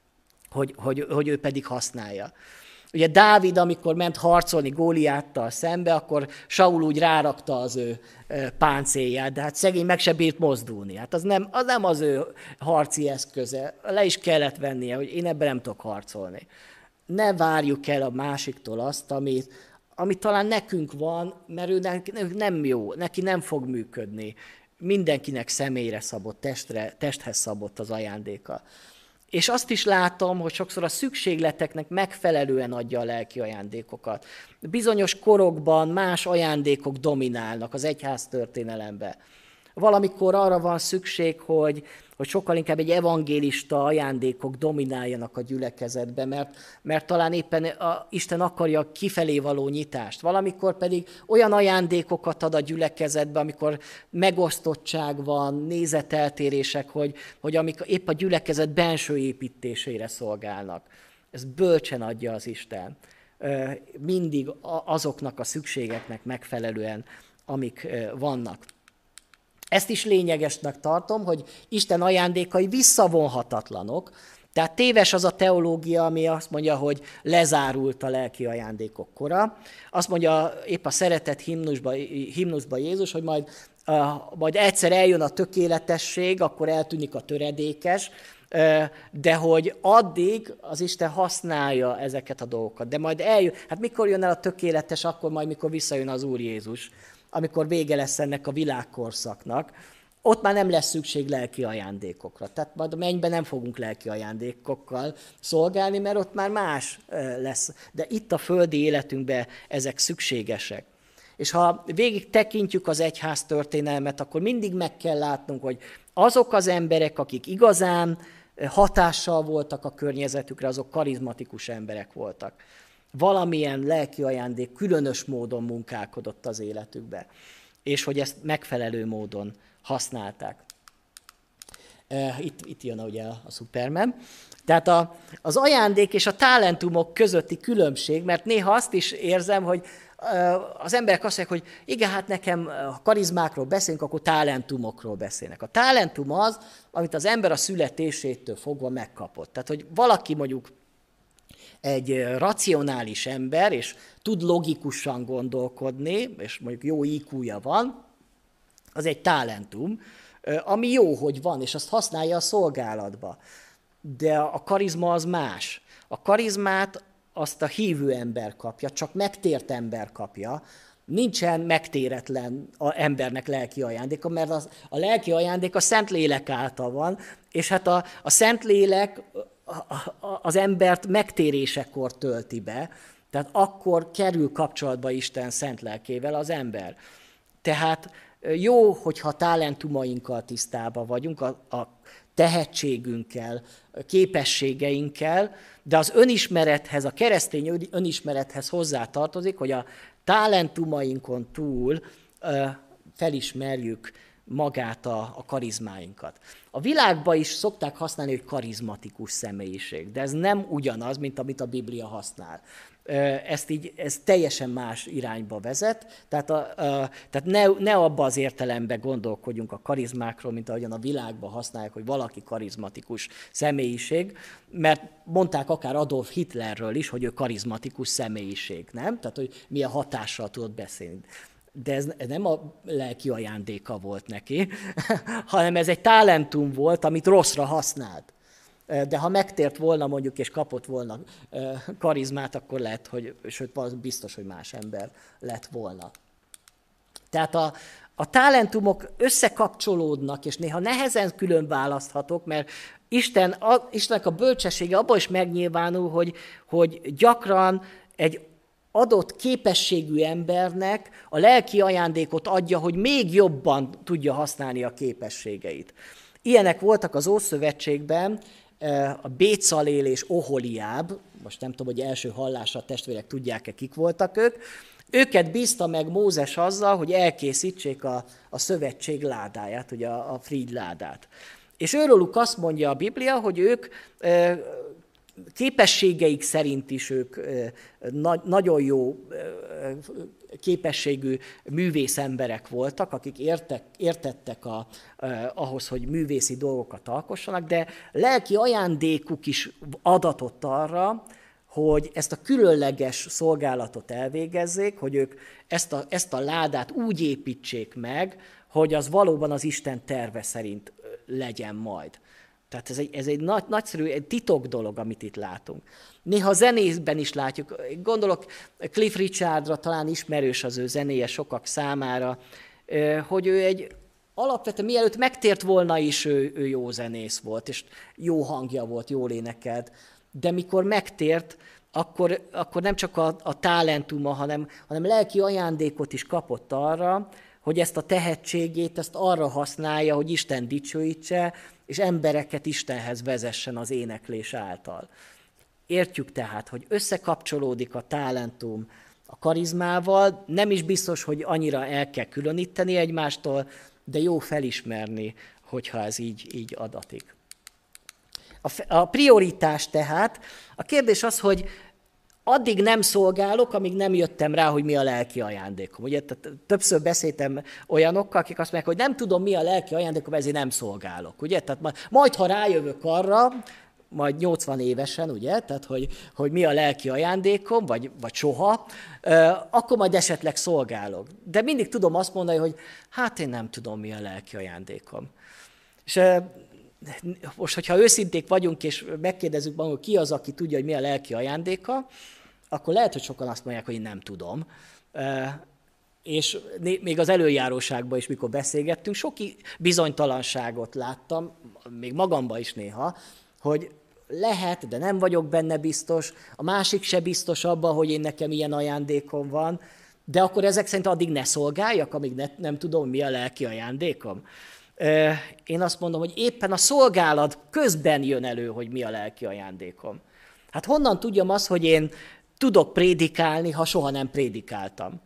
hogy ő pedig használja. Ugye Dávid, amikor ment harcolni Góliáttal szembe, akkor Saul úgy rárakta az ő páncélját, de hát szegény meg se bírt mozdulni. Hát az nem az ő harci eszköze. Le is kellett vennie, hogy én ebben nem tudok harcolni. Ne várjuk el a másiktól azt, ami talán nekünk van, mert ő nem jó, neki nem fog működni. Mindenkinek személyre szabott, testhez szabott az ajándéka. És azt is látom, hogy sokszor a szükségleteknek megfelelően adja a lelki ajándékokat. Bizonyos korokban más ajándékok dominálnak az egyház történelemben. Valamikor arra van szükség, hogy sokkal inkább egy evangélista ajándékok domináljanak a gyülekezetbe, mert talán éppen Isten akarja a kifelé való nyitást. Valamikor pedig olyan ajándékokat ad a gyülekezetbe, amikor megosztottság van, nézeteltérések, hogy amik épp a gyülekezet benső építésére szolgálnak. Ez bölcsen adja az Isten. Mindig azoknak a szükségeknek megfelelően, amik vannak. Ezt is lényegesnek tartom, hogy Isten ajándékai visszavonhatatlanok, tehát téves az a teológia, ami azt mondja, hogy lezárult a lelki ajándékok kora. Azt mondja épp a szeretett himnuszban Jézus, hogy majd egyszer eljön a tökéletesség, akkor eltűnik a töredékes, de hogy addig az Isten használja ezeket a dolgokat. De majd eljön, hát mikor jön el a tökéletes, akkor majd mikor visszajön az Úr Jézus, amikor vége lesz ennek a világkorszaknak, ott már nem lesz szükség lelki ajándékokra. Tehát majd a mennyben nem fogunk lelki ajándékokkal szolgálni, mert ott már más lesz. De itt a földi életünkben ezek szükségesek. És ha végig tekintjük az egyház történelmet, akkor mindig meg kell látnunk, hogy azok az emberek, akik igazán hatással voltak a környezetükre, azok karizmatikus emberek voltak. Valamilyen lelki ajándék különös módon munkálkodott az életükbe, és hogy ezt megfelelő módon használták. Itt jön ugye a Superman. Tehát az ajándék és a talentumok közötti különbség, mert néha azt is érzem, hogy az emberek azt mondják, hogy igen, hát nekem ha karizmákról beszélünk, akkor talentumokról beszélnek. A talentum az, amit az ember a születésétől fogva megkapott. Tehát, hogy valaki mondjuk egy racionális ember, és tud logikusan gondolkodni, és mondjuk jó IQ-ja van, az egy talentum, ami jó, hogy van, és azt használja a szolgálatba. De a karizma az más. A karizmát azt a hívő ember kapja, csak megtért ember kapja. Nincsen megtéretlen embernek lelki ajándéka, mert a lelki ajándék a Szentlélek által van, és hát a Szentlélek az embert megtérésekor tölti be, tehát akkor kerül kapcsolatba Isten szent lelkével az ember. Tehát jó, hogyha talentumainkkal tisztában vagyunk, a tehetségünkkel, képességeinkkel, de az önismerethez, a keresztény önismerethez hozzátartozik, hogy a talentumainkon túl felismerjük magát a karizmáinkat. A világban is szokták használni, hogy karizmatikus személyiség, de ez nem ugyanaz, mint amit a Biblia használ. Ez teljesen más irányba vezet, tehát ne abba az értelemben gondolkodjunk a karizmákról, mint ahogyan a világban használják, hogy valaki karizmatikus személyiség, mert mondták akár Adolf Hitlerről is, hogy ő karizmatikus személyiség, nem? Tehát, hogy milyen hatással tudott beszélni. De ez nem a lelki ajándéka volt neki, hanem ez egy talentum volt, amit rosszra használt. De ha megtért volna mondjuk, és kapott volna karizmát, akkor lehet, hogy, sőt, biztos, hogy más ember lett volna. Tehát a talentumok összekapcsolódnak, és néha nehezen külön választhatók, mert Istennek a bölcsessége abban is megnyilvánul, hogy gyakran egy adott képességű embernek a lelki ajándékot adja, hogy még jobban tudja használni a képességeit. Ilyenek voltak az Ószövetségben, a Bécalél és Oholiáb, most nem tudom, hogy első hallásra a testvérek tudják-e, kik voltak ők, őket bízta meg Mózes azzal, hogy elkészítsék a szövetség ládáját, ugye a Fried ládát. És őróluk azt mondja a Biblia, hogy ők képességeik szerint is ők nagyon jó képességű művész emberek voltak, akik értettek ahhoz, hogy művészi dolgokat alkossanak, de lelki ajándékuk is adatott arra, hogy ezt a különleges szolgálatot elvégezzék, hogy ők ezt a ládát úgy építsék meg, hogy az valóban az Isten terve szerint legyen majd. Tehát ez egy nagyszerű, egy titok dolog, amit itt látunk. Néha zenésben is látjuk. Gondolok Cliff Richardra, talán ismerős az ő zenéje sokak számára, hogy ő alapvetően mielőtt megtért volna is, ő jó zenész volt, és jó hangja volt, jól énekelt. De mikor megtért, akkor nem csak a talentuma, hanem lelki ajándékot is kapott arra, hogy ezt a tehetségét, ezt arra használja, hogy Isten dicsőítse, és embereket Istenhez vezessen az éneklés által. Értjük tehát, hogy összekapcsolódik a talentum a karizmával, nem is biztos, hogy annyira el kell különíteni egymástól, de jó felismerni, hogyha ez így adatik. A prioritás tehát, a kérdés az, hogy addig nem szolgálok, amíg nem jöttem rá, hogy mi a lelki ajándékom. Ugye, többször beszéltem olyanokkal, akik azt mondják, hogy nem tudom, mi a lelki ajándékom, ezért nem szolgálok. Ugye? Tehát majd, ha rájövök arra, majd 80 évesen, ugye? Tehát, hogy mi a lelki ajándékom, vagy soha, akkor majd esetleg szolgálok. De mindig tudom azt mondani, hogy hát én nem tudom, mi a lelki ajándékom. És most, hogyha őszinték vagyunk, és megkérdezzük magunkat, ki az, aki tudja, hogy mi a lelki ajándéka, akkor lehet, hogy sokan azt mondják, hogy én nem tudom. És még az előjáróságban is, mikor beszélgettünk, sok bizonytalanságot láttam, még magamban is néha, hogy lehet, de nem vagyok benne biztos, a másik se biztos abban, hogy én nekem ilyen ajándékom van, de akkor ezek szerint addig ne szolgáljak, amíg nem tudom, mi a lelki ajándékom. Én azt mondom, hogy éppen a szolgálat közben jön elő, hogy mi a lelki ajándékom. Hát honnan tudjam azt, hogy én tudok prédikálni, ha soha nem prédikáltam?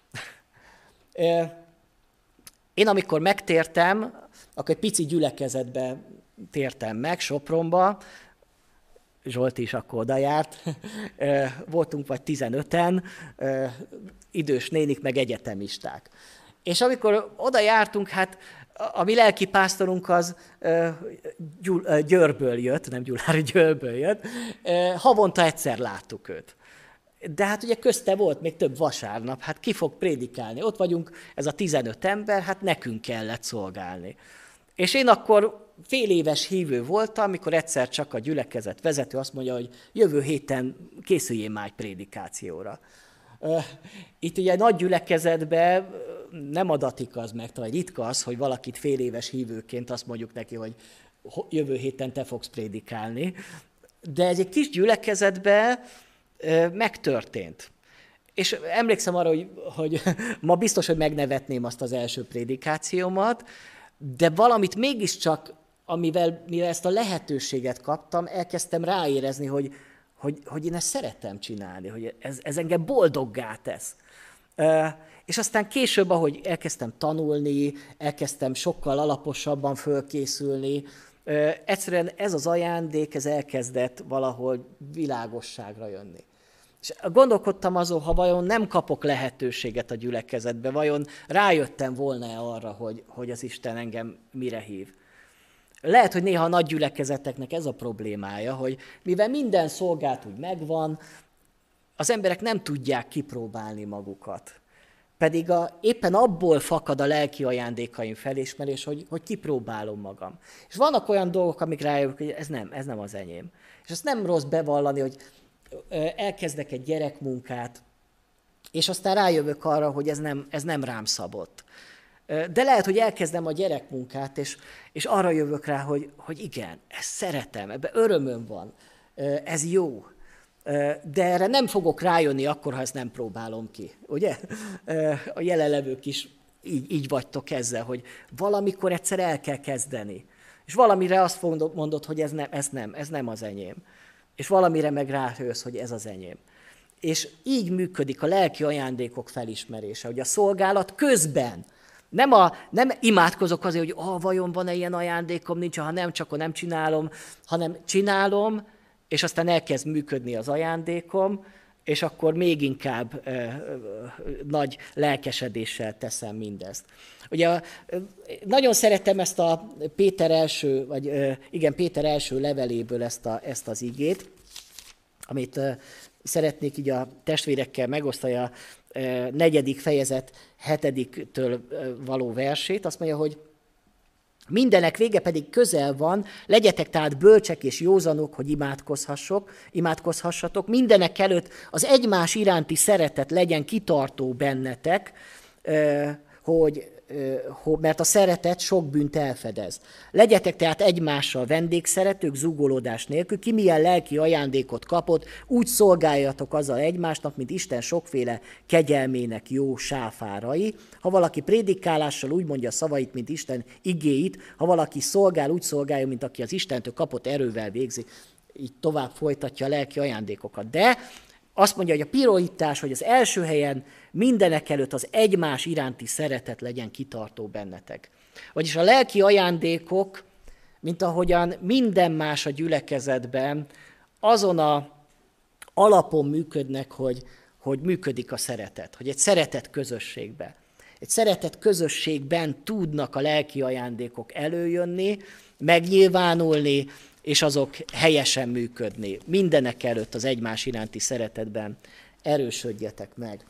Én amikor megtértem, akkor egy pici gyülekezetbe tértem meg, Sopronba, Zsolti is akkor oda járt, voltunk vagy 15-en, idős nénik, meg egyetemisták. És amikor oda jártunk, hát a mi lelkipásztorunk az Győrből jött, nem Gyuláról, Győrből jött, havonta egyszer láttuk őt. De hát ugye közte volt még több vasárnap, hát ki fog prédikálni? Ott vagyunk, ez a 15 ember, hát nekünk kellett szolgálni. És én akkor fél éves hívő voltam, amikor egyszer csak a gyülekezet vezető azt mondja, hogy jövő héten készüljél már egy prédikációra. Itt ugye nagy gyülekezetben nem adatik az meg, talán ritka az, hogy valakit fél éves hívőként azt mondjuk neki, hogy jövő héten te fogsz prédikálni. De ez egy kis gyülekezetben megtörtént. És emlékszem arra, hogy ma biztos, hogy megnevetném azt az első prédikációmat, de valamit mégiscsak, mivel ezt a lehetőséget kaptam, elkezdtem ráérezni, hogy én ezt szeretem csinálni, hogy ez engem boldoggá tesz. És aztán később, ahogy elkezdtem tanulni, elkezdtem sokkal alaposabban fölkészülni, egyszerűen ez az ajándék, ez elkezdett valahol világosságra jönni. És gondolkodtam azon, ha vajon nem kapok lehetőséget a gyülekezetbe, vajon rájöttem volna-e arra, hogy az Isten engem mire hív. Lehet, hogy néha a nagy gyülekezeteknek ez a problémája, hogy mivel minden szolgált úgy megvan, az emberek nem tudják kipróbálni magukat. Pedig éppen abból fakad a lelki ajándékaim felismerés, hogy kipróbálom magam. És vannak olyan dolgok, amik rájövök, hogy ez nem az enyém. És ezt nem rossz bevallani, hogy elkezdek egy gyerekmunkát, és aztán rájövök arra, hogy ez nem rám szabott. De lehet, hogy elkezdem a gyerekmunkát, és arra jövök rá, hogy igen, ezt szeretem, ebben örömöm van, ez jó. De erre nem fogok rájönni akkor, ha ezt nem próbálom ki, ugye? A jelenlevők is így vagytok ezzel, hogy valamikor egyszer el kell kezdeni. És valamire azt mondod, hogy ez nem az enyém. És valamire meg rájössz, hogy ez az enyém. És így működik a lelki ajándékok felismerése, hogy a szolgálat közben nem imádkozok azért, hogy vajon van-e ilyen ajándékom, nincs, ha nem, csak nem csinálom, hanem csinálom, és aztán elkezd működni az ajándékom, és akkor még inkább nagy lelkesedéssel teszem mindezt. Ugye nagyon szeretem ezt a Péter első leveléből ezt az igét, amit szeretnék így a testvérekkel megosztani a 4. fejezet 7-től való versét. Azt mondja, hogy mindenek vége pedig közel van, legyetek tehát bölcsek és józanok, hogy imádkozhassatok. Mindenek előtt az egymás iránti szeretet legyen kitartó bennetek, mert a szeretet sok bűnt elfedez. Legyetek tehát egymással vendégszeretők, zúgolódás nélkül, ki milyen lelki ajándékot kapott, úgy szolgáljatok azzal egymásnak, mint Isten sokféle kegyelmének jó sáfárai. Ha valaki prédikálással úgy mondja szavait, mint Isten igéit, ha valaki szolgál, úgy szolgálja, mint aki az Istentől kapott erővel végzi, így tovább folytatja a lelki ajándékokat. De azt mondja, hogy a prioritás, hogy az első helyen mindenek előtt az egymás iránti szeretet legyen kitartó bennetek. Vagyis a lelki ajándékok, mint ahogyan minden más a gyülekezetben, azon a alapon működnek, hogy működik a szeretet, hogy egy szeretet közösségben. Egy szeretet közösségben tudnak a lelki ajándékok előjönni, megnyilvánulni, és azok helyesen működni. Mindenek előtt az egymás iránti szeretetben erősödjetek meg.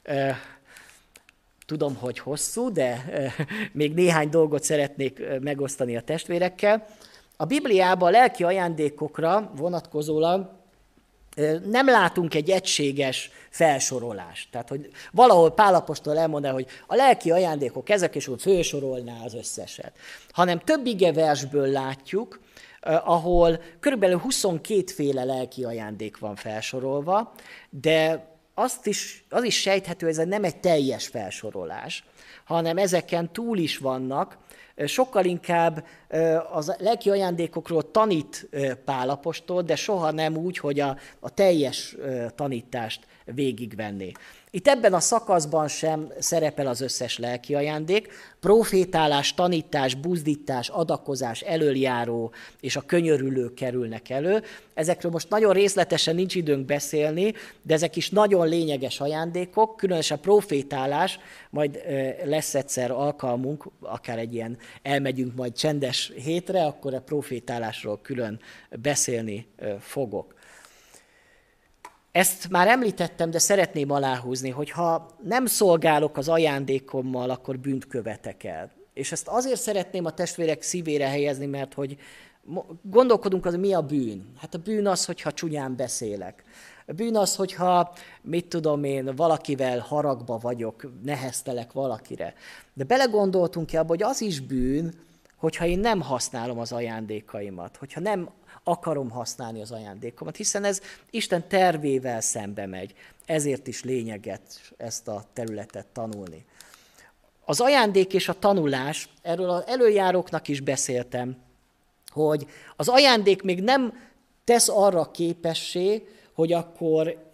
Tudom, hogy hosszú, de még néhány dolgot szeretnék megosztani a testvérekkel. A Bibliában a lelki ajándékokra vonatkozólag nem látunk egy egységes felsorolást. Tehát, hogy valahol Pál apostol elmondja, hogy a lelki ajándékok ezek, és úgy felsorolná az összeset. Hanem több igeversből látjuk, ahol körülbelül 22 féle lelki ajándék van felsorolva, de az is sejthető, ez nem egy teljes felsorolás, hanem ezeken túl is vannak, sokkal inkább az lelki ajándékokról tanít Pál apostol, de soha nem úgy, hogy a teljes tanítást végigvenné. Itt ebben a szakaszban sem szerepel az összes lelki ajándék. Profétálás, tanítás, buzdítás, adakozás, elöljáró és a könyörülő kerülnek elő. Ezekről most nagyon részletesen nincs időnk beszélni, de ezek is nagyon lényeges ajándékok, különösen a profétálás, majd lesz egyszer alkalmunk, akár egy ilyen elmegyünk majd csendes hétre, akkor a profétálásról külön beszélni fogok. Ezt már említettem, de szeretném aláhúzni, hogy ha nem szolgálok az ajándékommal, akkor bűnt követek el. És ezt azért szeretném a testvérek szívére helyezni, mert hogy gondolkodunk, az mi a bűn? Hát a bűn az, hogyha csúnyán beszélek. A bűn az, hogyha, valakivel haragba vagyok, neheztelek valakire. De belegondoltunk-e abba, hogy az is bűn, hogyha én nem használom az ajándékaimat, hogyha nem akarom használni az ajándékomat, hiszen ez Isten tervével szembe megy. Ezért is lényeges ezt a területet tanulni. Az ajándék és a tanulás, erről az előjáróknak is beszéltem, hogy az ajándék még nem tesz arra képessé, hogy akkor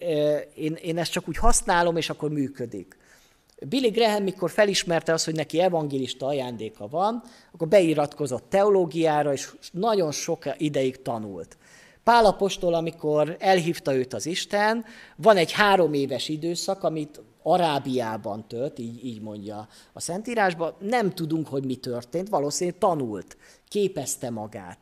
én ezt csak úgy használom, és akkor működik. Billy Graham, mikor felismerte azt, hogy neki evangélista ajándéka van, akkor beiratkozott teológiára, és nagyon sok ideig tanult. Pál apostol, amikor elhívta őt az Isten, van egy 3 éves időszak, amit Arábiában tölt, így mondja a Szentírásban, nem tudunk, hogy mi történt, valószínűleg tanult, képezte magát.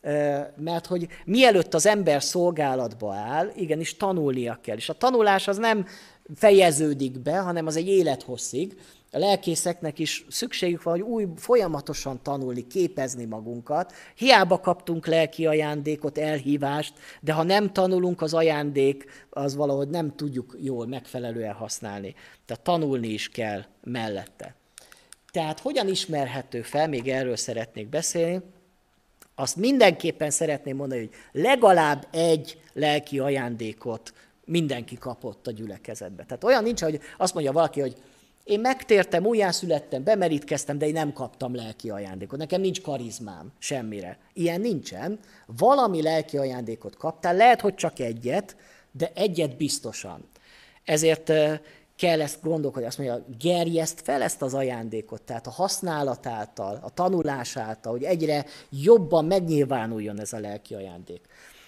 Mert hogy mielőtt az ember szolgálatba áll, igenis tanulnia kell. És a tanulás az nem fejeződik be, hanem az egy élethosszig. A lelkészeknek is szükségük van, hogy folyamatosan tanulni, képezni magunkat. Hiába kaptunk lelki ajándékot, elhívást, de ha nem tanulunk, az ajándék, az valahogy nem tudjuk jól, megfelelően használni. Tehát tanulni is kell mellette. Tehát hogyan ismerhető fel, még erről szeretnék beszélni, azt mindenképpen szeretném mondani, hogy legalább egy lelki ajándékot mindenki kapott a gyülekezetbe. Tehát olyan nincs, hogy azt mondja valaki, hogy én megtértem, újjászülettem, bemerítkeztem, de én nem kaptam lelki ajándékot. Nekem nincs karizmám semmire. Ilyen nincsen. Valami lelki ajándékot kaptál, lehet, hogy csak egyet, de egyet biztosan. Ezért kell ezt gondolkodni, azt mondja, gerjeszt fel ezt az ajándékot, tehát a használat által, a tanulás által, hogy egyre jobban megnyilvánuljon ez a lelki ajándék.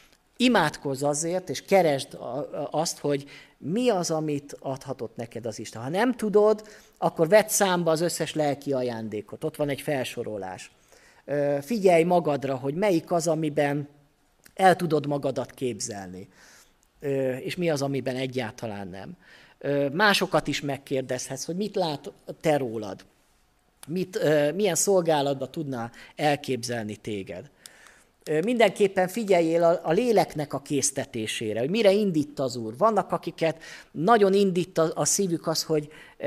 Imádkozz azért, és keresd azt, hogy mi az, amit adhatott neked az Isten. Ha nem tudod, akkor vedd számba az összes lelki ajándékot. Ott van egy felsorolás. Figyelj magadra, hogy melyik az, amiben el tudod magadat képzelni, és mi az, amiben egyáltalán nem. Másokat is megkérdezhetsz, hogy mit lát te rólad, milyen szolgálatba tudná elképzelni téged. Mindenképpen figyeljél a léleknek a késztetésére, hogy mire indít az Úr. Vannak, akiket nagyon indít a szívük az, hogy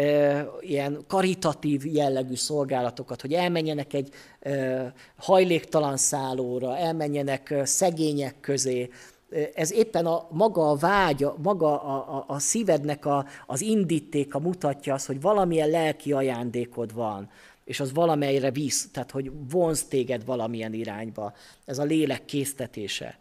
ilyen karitatív jellegű szolgálatokat, hogy elmenjenek egy hajléktalan szállóra, elmenjenek szegények közé. Ez éppen maga a vágy, maga a szívednek az indítéka mutatja azt, hogy valamilyen lelki ajándékod van, és az valamelyre visz, tehát hogy vonz téged valamilyen irányba. Ez a lélek késztetése.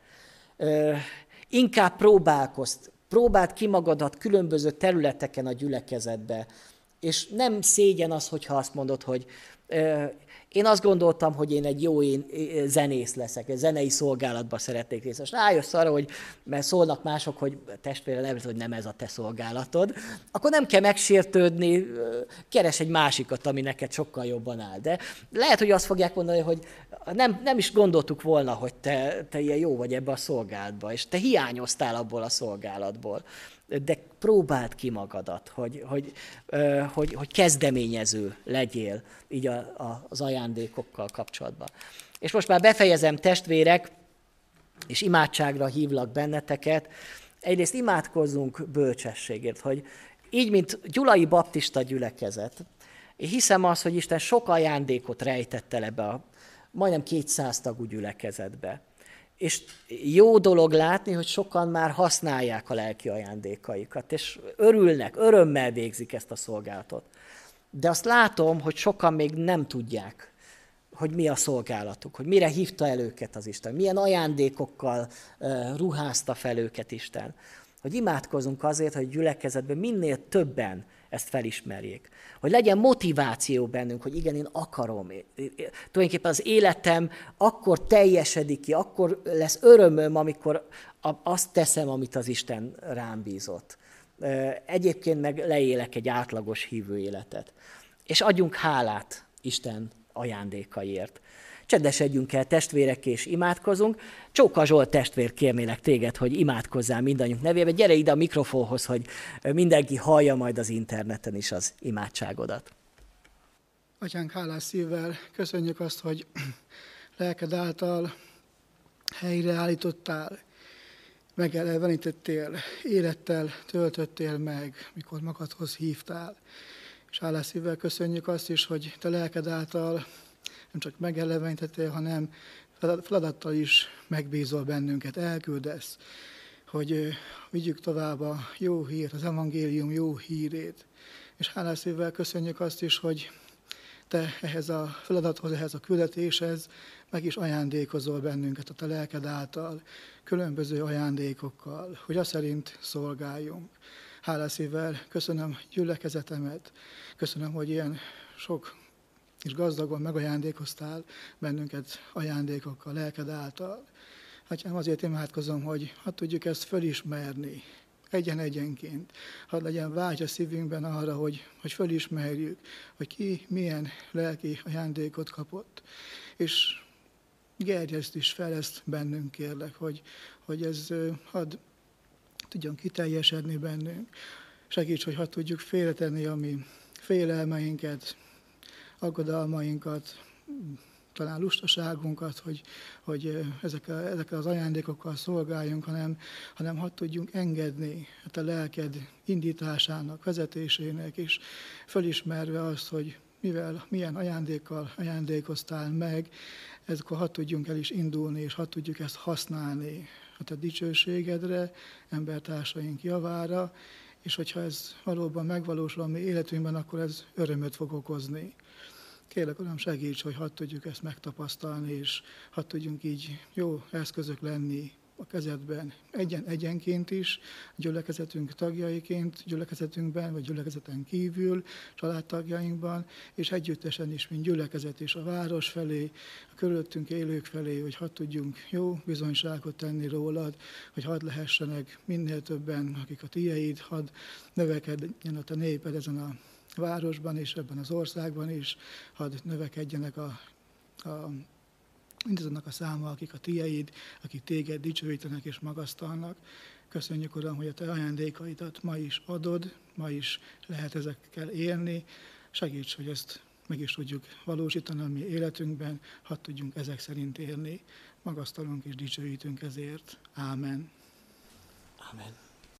Inkább próbáld ki magadat különböző területeken a gyülekezetbe, és nem szégyen az, hogyha azt mondod, hogy én azt gondoltam, hogy én egy jó zenész leszek, egy zenei szolgálatban szeretnék részt. És rájössz arra, hogy mert szólnak mások, hogy testvére, lehet, hogy nem ez a te szolgálatod, akkor nem kell megsértődni, keres egy másikat, ami neked sokkal jobban áll. De lehet, hogy azt fogják mondani, hogy nem is gondoltuk volna, hogy te ilyen jó vagy ebbe a szolgálatba, és te hiányoztál abból a szolgálatból. De próbáld ki magadat, hogy kezdeményező legyél így az ajándékokkal kapcsolatban. És most már befejezem, testvérek, és imádságra hívlak benneteket. Egyrészt imádkozzunk bölcsességért, hogy így, mint Gyulai Baptista gyülekezet, én hiszem azt, hogy Isten sok ajándékot rejtett el ebbe a majdnem 200 tagú gyülekezetbe. És jó dolog látni, hogy sokan már használják a lelki ajándékaikat, és örülnek, örömmel végzik ezt a szolgálatot. De azt látom, hogy sokan még nem tudják, hogy mi a szolgálatuk, hogy mire hívta el őket az Isten, milyen ajándékokkal ruházta fel őket Isten. Hogy imádkozunk azért, hogy gyülekezetben minél többen ezt felismerjék. Hogy legyen motiváció bennünk, hogy igen, én akarom. Tulajdonképpen az életem akkor teljesedik ki, akkor lesz örömöm, amikor azt teszem, amit az Isten rám bízott. Egyébként meg leélek egy átlagos hívő életet. És adjunk hálát Isten ajándékaiért. Csendesedjünk el, testvérek, és imádkozunk. Csóka Zsolt testvér, kérnélek téged, hogy imádkozzál mindannyiunk nevében. Gyere ide a mikrofonhoz, hogy mindenki hallja majd az interneten is az imádságodat. Atyánk, hálás szívvel köszönjük azt, hogy lelked által helyreállítottál, megelevenítettél, élettel töltöttél meg, mikor magadhoz hívtál. És hálás szívvel köszönjük azt is, hogy te lelked által nem csak megelevenítettél, hanem feladattal is megbízol bennünket, elküldesz, hogy vigyük tovább a jó hírt, az evangélium jó hírét. És hálás szívvel köszönjük azt is, hogy te ehhez a feladathoz, ehhez a küldetéshez meg is ajándékozol bennünket a te lelked által, különböző ajándékokkal, hogy azt szerint szolgáljunk. Hálás szívvel köszönöm gyülekezetemet, köszönöm, hogy ilyen sok és gazdagon megajándékoztál bennünket ajándékokkal, lelked által. Atyám, azért imádkozom, hogy hadd tudjuk ezt fölismerni, egyenként. Hadd legyen vágy a szívünkben arra, hogy fölismerjük, hogy ki milyen lelki ajándékot kapott. És gerjeszt is fel ezt bennünk, kérlek, hogy ez hadd tudjon kiteljesedni bennünk. Segíts, hogy hadd tudjuk félretenni a mi félelmeinket, aggodalmainkat, talán lustaságunkat, hogy ezekkel az ajándékokkal szolgáljunk, hanem hadd tudjunk engedni a lelked indításának, vezetésének, és fölismerve azt, hogy milyen ajándékkal ajándékoztál meg, ezekor hadd tudjunk el is indulni, és hadd tudjuk ezt használni a te dicsőségedre, embertársaink javára, és hogyha ez valóban megvalósul a mi életünkben, akkor ez örömöt fog okozni. Kérlek, Uram, segíts, hogy hadd tudjuk ezt megtapasztalni, és hadd tudjunk így jó eszközök lenni a kezedben, egyenként is, gyülekezetünk tagjaiként, gyülekezetünkben, vagy gyülekezeten kívül, családtagjainkban, és együttesen is, mint gyülekezet és a város felé, a körülöttünk élők felé, hogy hadd tudjunk jó bizonyságot tenni rólad, hogy hadd lehessenek minél többen, akik a tieid, hadd növekedjen a te néped ezen a városban és ebben az országban is, hadd növekedjenek mindazonnak a száma, akik a tieid, akik téged dicsőítenek és magasztalnak. Köszönjük, Uram, hogy a te ajándékaidat ma is adod, ma is lehet ezekkel élni. Segíts, hogy ezt meg is tudjuk valósítani a mi életünkben, hadd tudjunk ezek szerint élni. Magasztalunk és dicsőítünk ezért. Ámen. Amen.